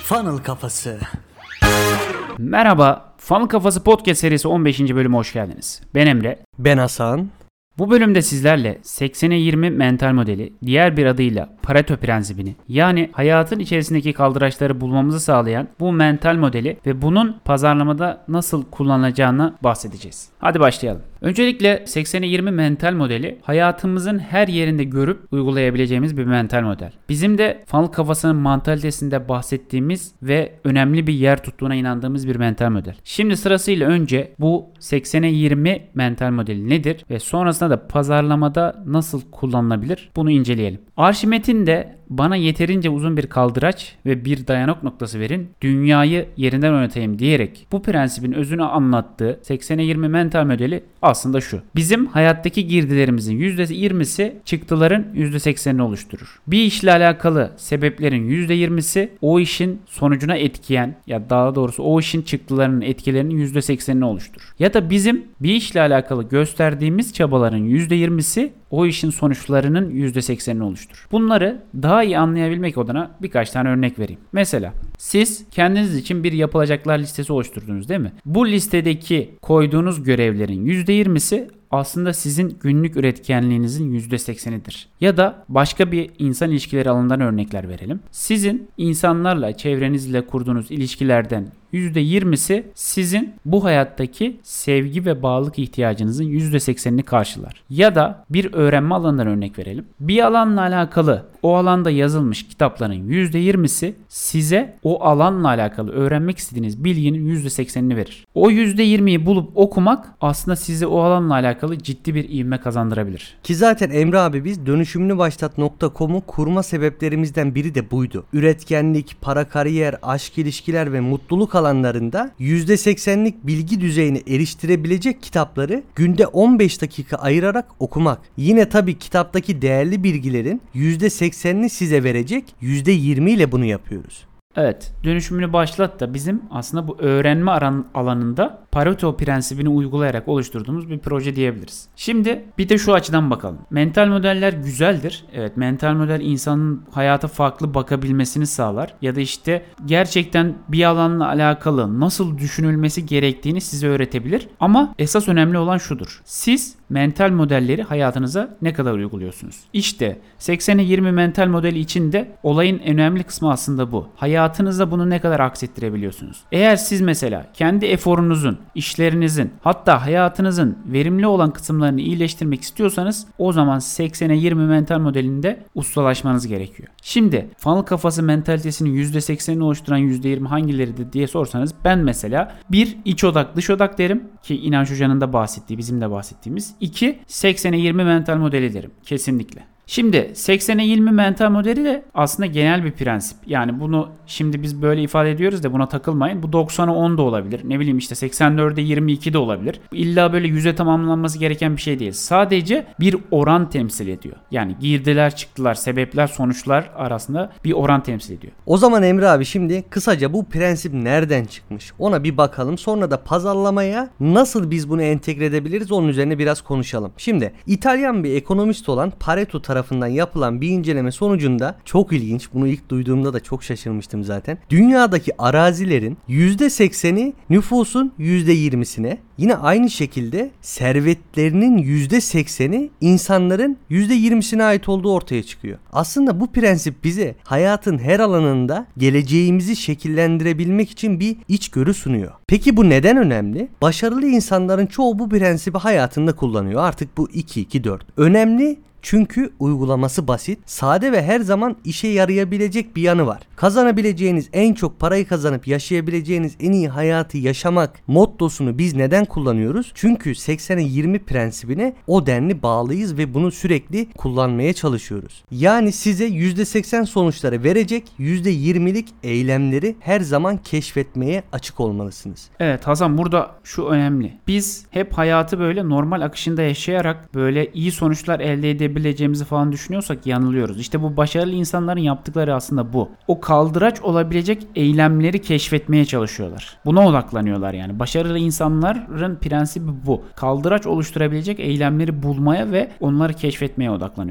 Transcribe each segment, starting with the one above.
Funnel Kafası. Merhaba, Funnel Kafası Podcast serisi 15. bölüme hoş geldiniz. Ben Emre. Ben Hasan. Bu bölümde sizlerle 80'e 20 mental modeli, diğer bir adıyla Pareto prensibini, yani hayatın içerisindeki kaldıraçları bulmamızı sağlayan bu mental modeli ve bunun pazarlamada nasıl kullanılacağını bahsedeceğiz. Hadi başlayalım. Öncelikle 80'e 20 mental modeli hayatımızın her yerinde görüp uygulayabileceğimiz bir mental model. Bizim de funnel kafasının mantalitesinde bahsettiğimiz ve önemli bir yer tuttuğuna inandığımız bir mental model. Şimdi sırasıyla önce bu 80'e 20 mental modeli nedir ve sonrasında da pazarlamada nasıl kullanılabilir bunu inceleyelim. Arşimet'in de bana yeterince uzun bir kaldıraç ve bir dayanak noktası verin, dünyayı yerinden oynatayım diyerek bu prensibin özünü anlattığı 80'e 20 mental modeli aslında şu. Bizim hayattaki girdilerimizin %20'si çıktıların %80'ini oluşturur. Bir işle alakalı sebeplerin %20'si o işin sonucuna etkileyen, ya daha doğrusu o işin çıktılarının etkilerinin %80'ini oluşturur. Ya da bizim bir işle alakalı gösterdiğimiz çabaların %20'si o işin sonuçlarının %80'ini oluşturur. Bunları daha iyi anlayabilmek adına birkaç tane örnek vereyim. Mesela siz kendiniz için bir yapılacaklar listesi oluşturdunuz, değil mi? Bu listedeki koyduğunuz görevlerin %20'si aslında sizin günlük üretkenliğinizin %80'idir. Ya da başka bir insan ilişkileri alanından örnekler verelim. Sizin insanlarla, çevrenizle kurduğunuz ilişkilerden %20'si sizin bu hayattaki sevgi ve bağlılık ihtiyacınızın %80'ini karşılar. Ya da bir öğrenme alanından örnek verelim. Bir alanla alakalı o alanda yazılmış kitapların %20'si size o alanla alakalı öğrenmek istediğiniz bilginin %80'ini verir. O %20'yi bulup okumak aslında size o alanla alakalı ciddi bir ivme kazandırabilir. Ki zaten Emre abi biz dönüşümlübaşlat.com'u kurma sebeplerimizden biri de buydu. Üretkenlik, para, kariyer, aşk, ilişkiler ve mutluluk alanlarında %80'lik bilgi düzeyine eriştirebilecek kitapları günde 15 dakika ayırarak okumak. Yine tabii kitaptaki değerli bilgilerin %80'ini size verecek, %20 ile bunu yapıyoruz. Evet, dönüşümünü başlat da bizim aslında bu öğrenme alanında Pareto prensibini uygulayarak oluşturduğumuz bir proje diyebiliriz. Şimdi bir de şu açıdan bakalım. Mental modeller güzeldir. Evet, mental model insanın hayata farklı bakabilmesini sağlar. Ya da işte gerçekten bir alanla alakalı nasıl düşünülmesi gerektiğini size öğretebilir. Ama esas önemli olan şudur. Siz mental modelleri hayatınıza ne kadar uyguluyorsunuz? İşte 80'e 20 mental modeli içinde olayın önemli kısmı aslında bu. Hayatınızda bunu ne kadar aksettirebiliyorsunuz? Eğer siz mesela kendi eforunuzun, işlerinizin, hatta hayatınızın verimli olan kısımlarını iyileştirmek istiyorsanız o zaman 80'e 20 mental modelinde ustalaşmanız gerekiyor. Şimdi funnel kafası mentalitesinin %80'ini oluşturan %20 hangileridir diye sorsanız ben mesela bir iç odak dış odak derim ki İnanç Hoca'nın da bahsettiği, bizim de bahsettiğimiz. 2 80'e 20 mental modeli derim kesinlikle. Şimdi 80'e 20 mental modeli de aslında genel bir prensip. Yani bunu şimdi biz böyle ifade ediyoruz da buna takılmayın. Bu 90'a 10 da olabilir. Ne bileyim işte 84'e 22 de olabilir. İlla böyle 100'e tamamlanması gereken bir şey değil. Sadece bir oran temsil ediyor. Yani girdiler, çıktılar, sebepler, sonuçlar arasında bir oran temsil ediyor. O zaman Emre abi şimdi kısaca bu prensip nereden çıkmış? Ona bir bakalım. Sonra da pazarlamaya nasıl biz bunu entegre edebiliriz onun üzerine biraz konuşalım. Şimdi İtalyan bir ekonomist olan Pareto tarafından yapılan bir inceleme sonucunda çok ilginç. Bunu ilk duyduğumda da çok şaşırmıştım zaten. Dünyadaki arazilerin %80'i nüfusun %20'sine, yine aynı şekilde servetlerinin %80'i insanların %20'sine ait olduğu ortaya çıkıyor. Aslında bu prensip bize hayatın her alanında geleceğimizi şekillendirebilmek için bir içgörü sunuyor. Peki bu neden önemli? Başarılı insanların çoğu bu prensibi hayatında kullanıyor. Artık bu 2-2-4. Önemli çünkü uygulaması basit, sade ve her zaman işe yarayabilecek bir yanı var. Kazanabileceğiniz en çok parayı kazanıp yaşayabileceğiniz en iyi hayatı yaşamak mottosunu biz neden kullanıyoruz? Çünkü 80'e 20 prensibine o denli bağlıyız ve bunu sürekli kullanmaya çalışıyoruz. Yani size %80 sonuçları verecek %20'lik eylemleri her zaman keşfetmeye açık olmalısınız. Evet Hasan, burada şu önemli. Biz hep hayatı böyle normal akışında yaşayarak böyle iyi sonuçlar elde edebileceğimizi falan düşünüyorsak yanılıyoruz. İşte bu başarılı insanların yaptıkları aslında bu. O kaldıraç olabilecek eylemleri keşfetmeye çalışıyorlar. Buna odaklanıyorlar yani. Başarılı insanların prensibi bu. Kaldıraç oluşturabilecek eylemleri bulmaya ve onları keşfetmeye odaklanıyorlar.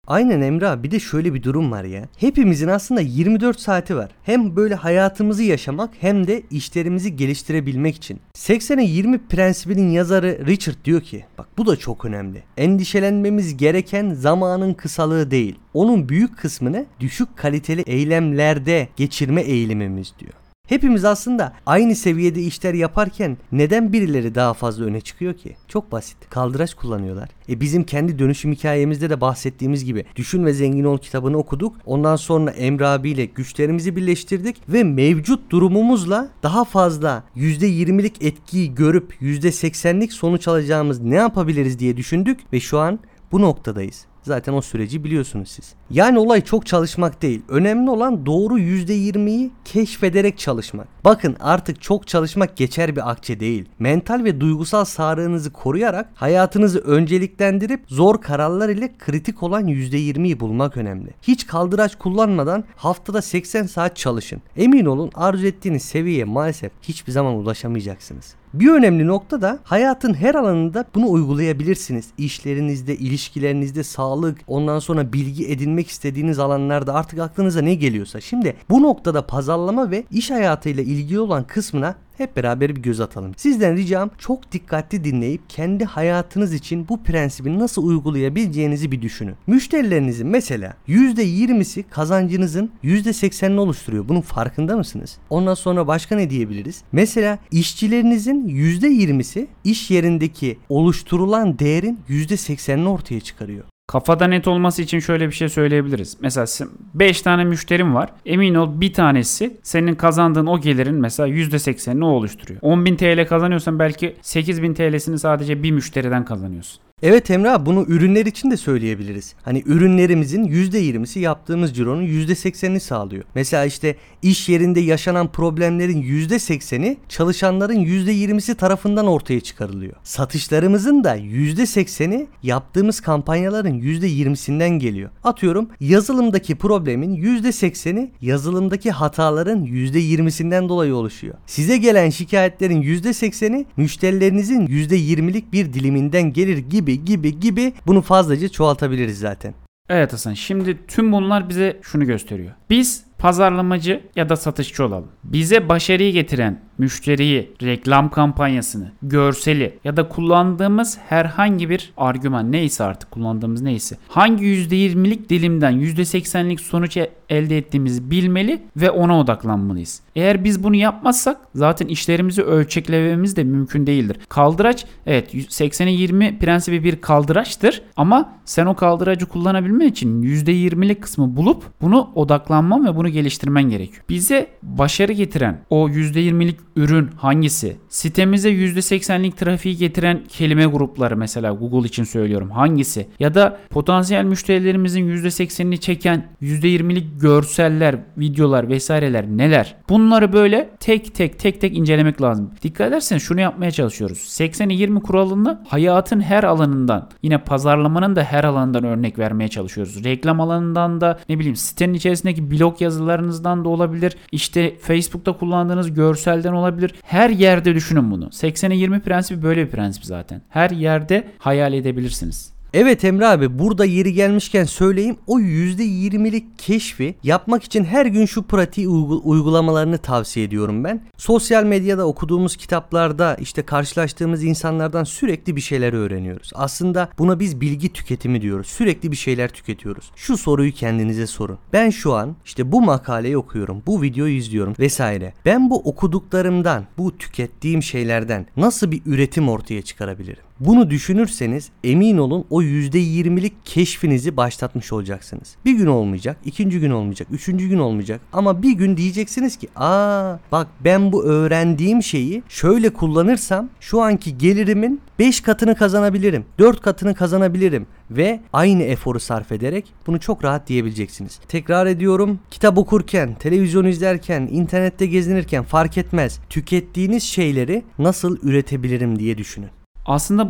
Aynen Emre abi, bir de şöyle bir durum var ya. Hepimizin aslında 24 saati var. Hem böyle hayatımızı yaşamak hem de işlerimizi geliştirebilmek için. 80'e 20 prensibinin yazarı Richard diyor ki, bak bu da çok önemli. Endişelenmemiz gereken zamanın kısalığı değil. Onun büyük kısmını düşük kaliteli eylemlerde geçirme eğilimimiz diyor. Hepimiz aslında aynı seviyede işler yaparken neden birileri daha fazla öne çıkıyor ki? Çok basit. Kaldıraç kullanıyorlar. Bizim kendi dönüşüm hikayemizde de bahsettiğimiz gibi Düşün ve Zengin Ol kitabını okuduk. Ondan sonra Emre abiyle güçlerimizi birleştirdik ve mevcut durumumuzla daha fazla %20'lik etkiyi görüp %80'lik sonuç alacağımız ne yapabiliriz diye düşündük ve şu an bu noktadayız. Zaten o süreci biliyorsunuz siz. Yani olay çok çalışmak değil. Önemli olan doğru %20'yi keşfederek çalışmak. Bakın artık çok çalışmak geçer bir akçe değil. Mental ve duygusal sağlığınızı koruyarak hayatınızı önceliklendirip zor kararlar ile kritik olan %20'yi bulmak önemli. Hiç kaldıraç kullanmadan haftada 80 saat çalışın. Emin olun arzu ettiğiniz seviyeye maalesef hiçbir zaman ulaşamayacaksınız. Bir önemli nokta da hayatın her alanında bunu uygulayabilirsiniz. İşlerinizde, ilişkilerinizde, sağlık, ondan sonra bilgi edinmek istediğiniz alanlarda artık aklınıza ne geliyorsa. Şimdi bu noktada pazarlama ve iş hayatıyla ilgili olan kısmına hep beraber bir göz atalım. Sizden ricam çok dikkatli dinleyip kendi hayatınız için bu prensibi nasıl uygulayabileceğinizi bir düşünün. Müşterilerinizin mesela %20'si kazancınızın %80'ini oluşturuyor. Bunun farkında mısınız? Ondan sonra başka ne diyebiliriz? Mesela işçilerinizin %20'si iş yerindeki oluşturulan değerin %80'ini ortaya çıkarıyor. Kafada net olması için şöyle bir şey söyleyebiliriz. Mesela 5 tane müşterim var. Emin ol bir tanesi senin kazandığın o gelirin mesela %80'ini o oluşturuyor. 10.000 TL kazanıyorsan belki 8.000 TL'sini sadece bir müşteriden kazanıyorsun. Evet Emre abi, bunu ürünler için de söyleyebiliriz. Hani ürünlerimizin %20'si yaptığımız cironun %80'ini sağlıyor. Mesela işte iş yerinde yaşanan problemlerin %80'i çalışanların %20'si tarafından ortaya çıkarılıyor. Satışlarımızın da %80'i yaptığımız kampanyaların %20'sinden geliyor. Atıyorum yazılımdaki problemin %80'i yazılımdaki hataların %20'sinden dolayı oluşuyor. Size gelen şikayetlerin %80'i müşterilerinizin %20'lik bir diliminden gelir gibi bunu fazlaca çoğaltabiliriz zaten. Evet Hasan, şimdi tüm bunlar bize şunu gösteriyor. Biz pazarlamacı ya da satışçı olalım. Bize başarıyı getiren müşteriyi, reklam kampanyasını, görseli ya da kullandığımız herhangi bir argüman neyse artık kullandığımız neyse hangi %20'lik dilimden %80'lik sonuç elde ettiğimizi bilmeli ve ona odaklanmalıyız. Eğer biz bunu yapmazsak zaten işlerimizi ölçeklememiz de mümkün değildir. Kaldıraç evet 80'e 20 prensibi bir kaldıraçtır ama sen o kaldıracı kullanabilmen için %20'lik kısmı bulup bunu odaklanman ve bunu geliştirmen gerekiyor. Bize başarı getiren o %20'lik ürün hangisi? Sitemize %80'lik trafiği getiren kelime grupları mesela Google için söylüyorum hangisi? Ya da potansiyel müşterilerimizin %80'ini çeken %20'lik görseller, videolar vesaireler neler? Bunları böyle tek tek incelemek lazım. Dikkat edersen şunu yapmaya çalışıyoruz. 80'e 20 kuralını hayatın her alanından, yine pazarlamanın da her alanından örnek vermeye çalışıyoruz. Reklam alanından da, ne bileyim sitenin içerisindeki blog yazılarınızdan da olabilir. İşte Facebook'ta kullandığınız görselden olabilir. Her yerde düşünün bunu. 80'e 20 prensibi böyle bir prensip zaten. Her yerde hayal edebilirsiniz. Evet Emre abi, burada yeri gelmişken söyleyeyim, o %20'lik keşfi yapmak için her gün şu pratiği uygulamalarını tavsiye ediyorum ben. Sosyal medyada okuduğumuz kitaplarda işte karşılaştığımız insanlardan sürekli bir şeyler öğreniyoruz. Aslında buna biz bilgi tüketimi diyoruz. Sürekli bir şeyler tüketiyoruz. Şu soruyu kendinize sorun. Ben şu an işte bu makaleyi okuyorum, bu videoyu izliyorum vesaire. Ben bu okuduklarımdan, bu tükettiğim şeylerden nasıl bir üretim ortaya çıkarabilirim? Bunu düşünürseniz emin olun o %20'lik keşfinizi başlatmış olacaksınız. Bir gün olmayacak, ikinci gün olmayacak, üçüncü gün olmayacak ama bir gün diyeceksiniz ki bak ben bu öğrendiğim şeyi şöyle kullanırsam şu anki gelirimin 5 katını kazanabilirim, 4 katını kazanabilirim ve aynı eforu sarf ederek bunu çok rahat diyebileceksiniz. Tekrar ediyorum, kitap okurken, televizyon izlerken, internette gezinirken fark etmez. Tükettiğiniz şeyleri nasıl üretebilirim diye düşünün. Aslında bu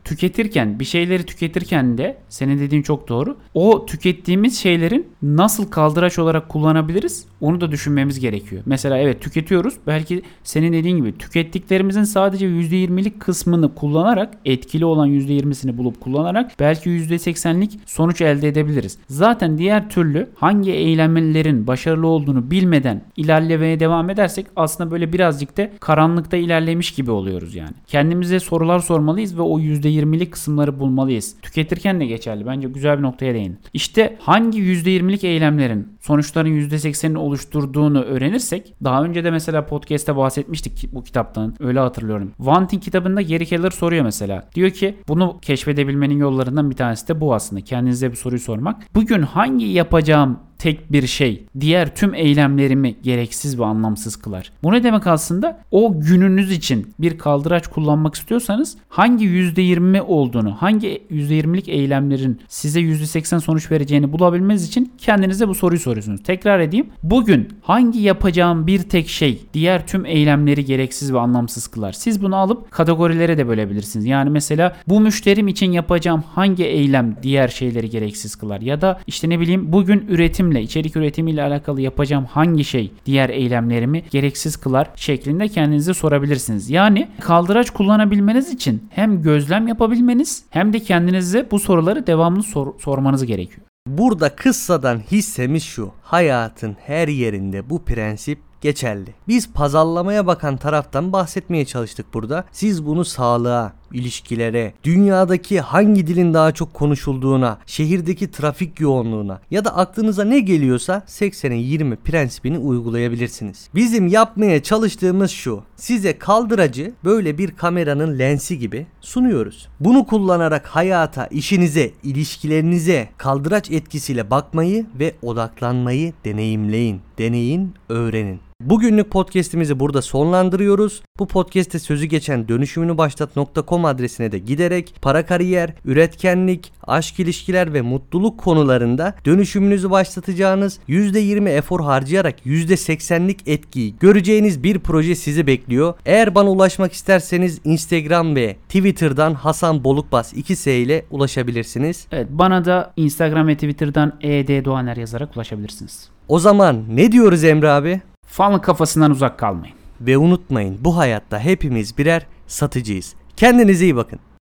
tüketirken, bir şeyleri tüketirken de senin dediğin çok doğru. O tükettiğimiz şeylerin nasıl kaldıraç olarak kullanabiliriz? Onu da düşünmemiz gerekiyor. Mesela evet tüketiyoruz. Belki senin dediğin gibi tükettiklerimizin sadece %20'lik kısmını kullanarak, etkili olan %20'sini bulup kullanarak belki %80'lik sonuç elde edebiliriz. Zaten diğer türlü hangi eylemlerin başarılı olduğunu bilmeden ilerlemeye devam edersek aslında böyle birazcık da karanlıkta ilerlemiş gibi oluyoruz yani. Kendimize sorular sormalıyız ve o %20'lik kısımları bulmalıyız. Tüketirken de geçerli. Bence güzel bir noktaya değindin. İşte hangi %20'lik eylemlerin sonuçların %80'ini oluşturduğunu öğrenirsek, daha önce de mesela podcast'te bahsetmiştik bu kitaptan. Öyle hatırlıyorum. Wanting kitabında Gary Keller soruyor mesela. Diyor ki bunu keşfedebilmenin yollarından bir tanesi de bu aslında. Kendinize bir soruyu sormak. Bugün hangi yapacağım tek bir şey diğer tüm eylemlerimi gereksiz ve anlamsız kılar? Bu ne demek aslında? O gününüz için bir kaldıraç kullanmak istiyorsanız hangi %20 olduğunu, hangi %20'lik eylemlerin size %80 sonuç vereceğini bulabilmeniz için kendinize bu soruyu soruyorsunuz. Tekrar edeyim. Bugün hangi yapacağım bir tek şey diğer tüm eylemleri gereksiz ve anlamsız kılar? Siz bunu alıp kategorilere de bölebilirsiniz. Yani mesela bu müşterim için yapacağım hangi eylem diğer şeyleri gereksiz kılar? Ya da işte ne bileyim bugün içerik üretimiyle alakalı yapacağım hangi şey diğer eylemlerimi gereksiz kılar şeklinde kendinize sorabilirsiniz. Yani kaldıraç kullanabilmeniz için hem gözlem yapabilmeniz hem de kendinize bu soruları devamlı sormanız gerekiyor. Burada kıssadan hissemiz şu: hayatın her yerinde bu prensip geçerli. Biz pazarlamaya bakan taraftan bahsetmeye çalıştık burada. Siz bunu sağlığa, ilişkilere, dünyadaki hangi dilin daha çok konuşulduğuna, şehirdeki trafik yoğunluğuna ya da aklınıza ne geliyorsa 80'e 20 prensibini uygulayabilirsiniz. Bizim yapmaya çalıştığımız şu: size kaldıracı böyle bir kameranın lensi gibi sunuyoruz. Bunu kullanarak hayata, işinize, ilişkilerinize kaldıraç etkisiyle bakmayı ve odaklanmayı deneyimleyin. Deneyin, öğrenin. Bugünlük podcast'imizi burada sonlandırıyoruz. Bu podcast'te sözü geçen dönüşümünübaşlat.com adresine de giderek para kariyer, üretkenlik, aşk ilişkiler ve mutluluk konularında dönüşümünüzü başlatacağınız, %20 efor harcayarak %80'lik etkiyi göreceğiniz bir proje sizi bekliyor. Eğer bana ulaşmak isterseniz Instagram ve Twitter'dan Hasan Bolukbaz 2S ile ulaşabilirsiniz. Evet, bana da Instagram ve Twitter'dan @doğaner yazarak ulaşabilirsiniz. O zaman ne diyoruz Emre abi? Fanlık kafasından uzak kalmayın. Ve unutmayın, bu hayatta hepimiz birer satıcıyız. Kendinize iyi bakın.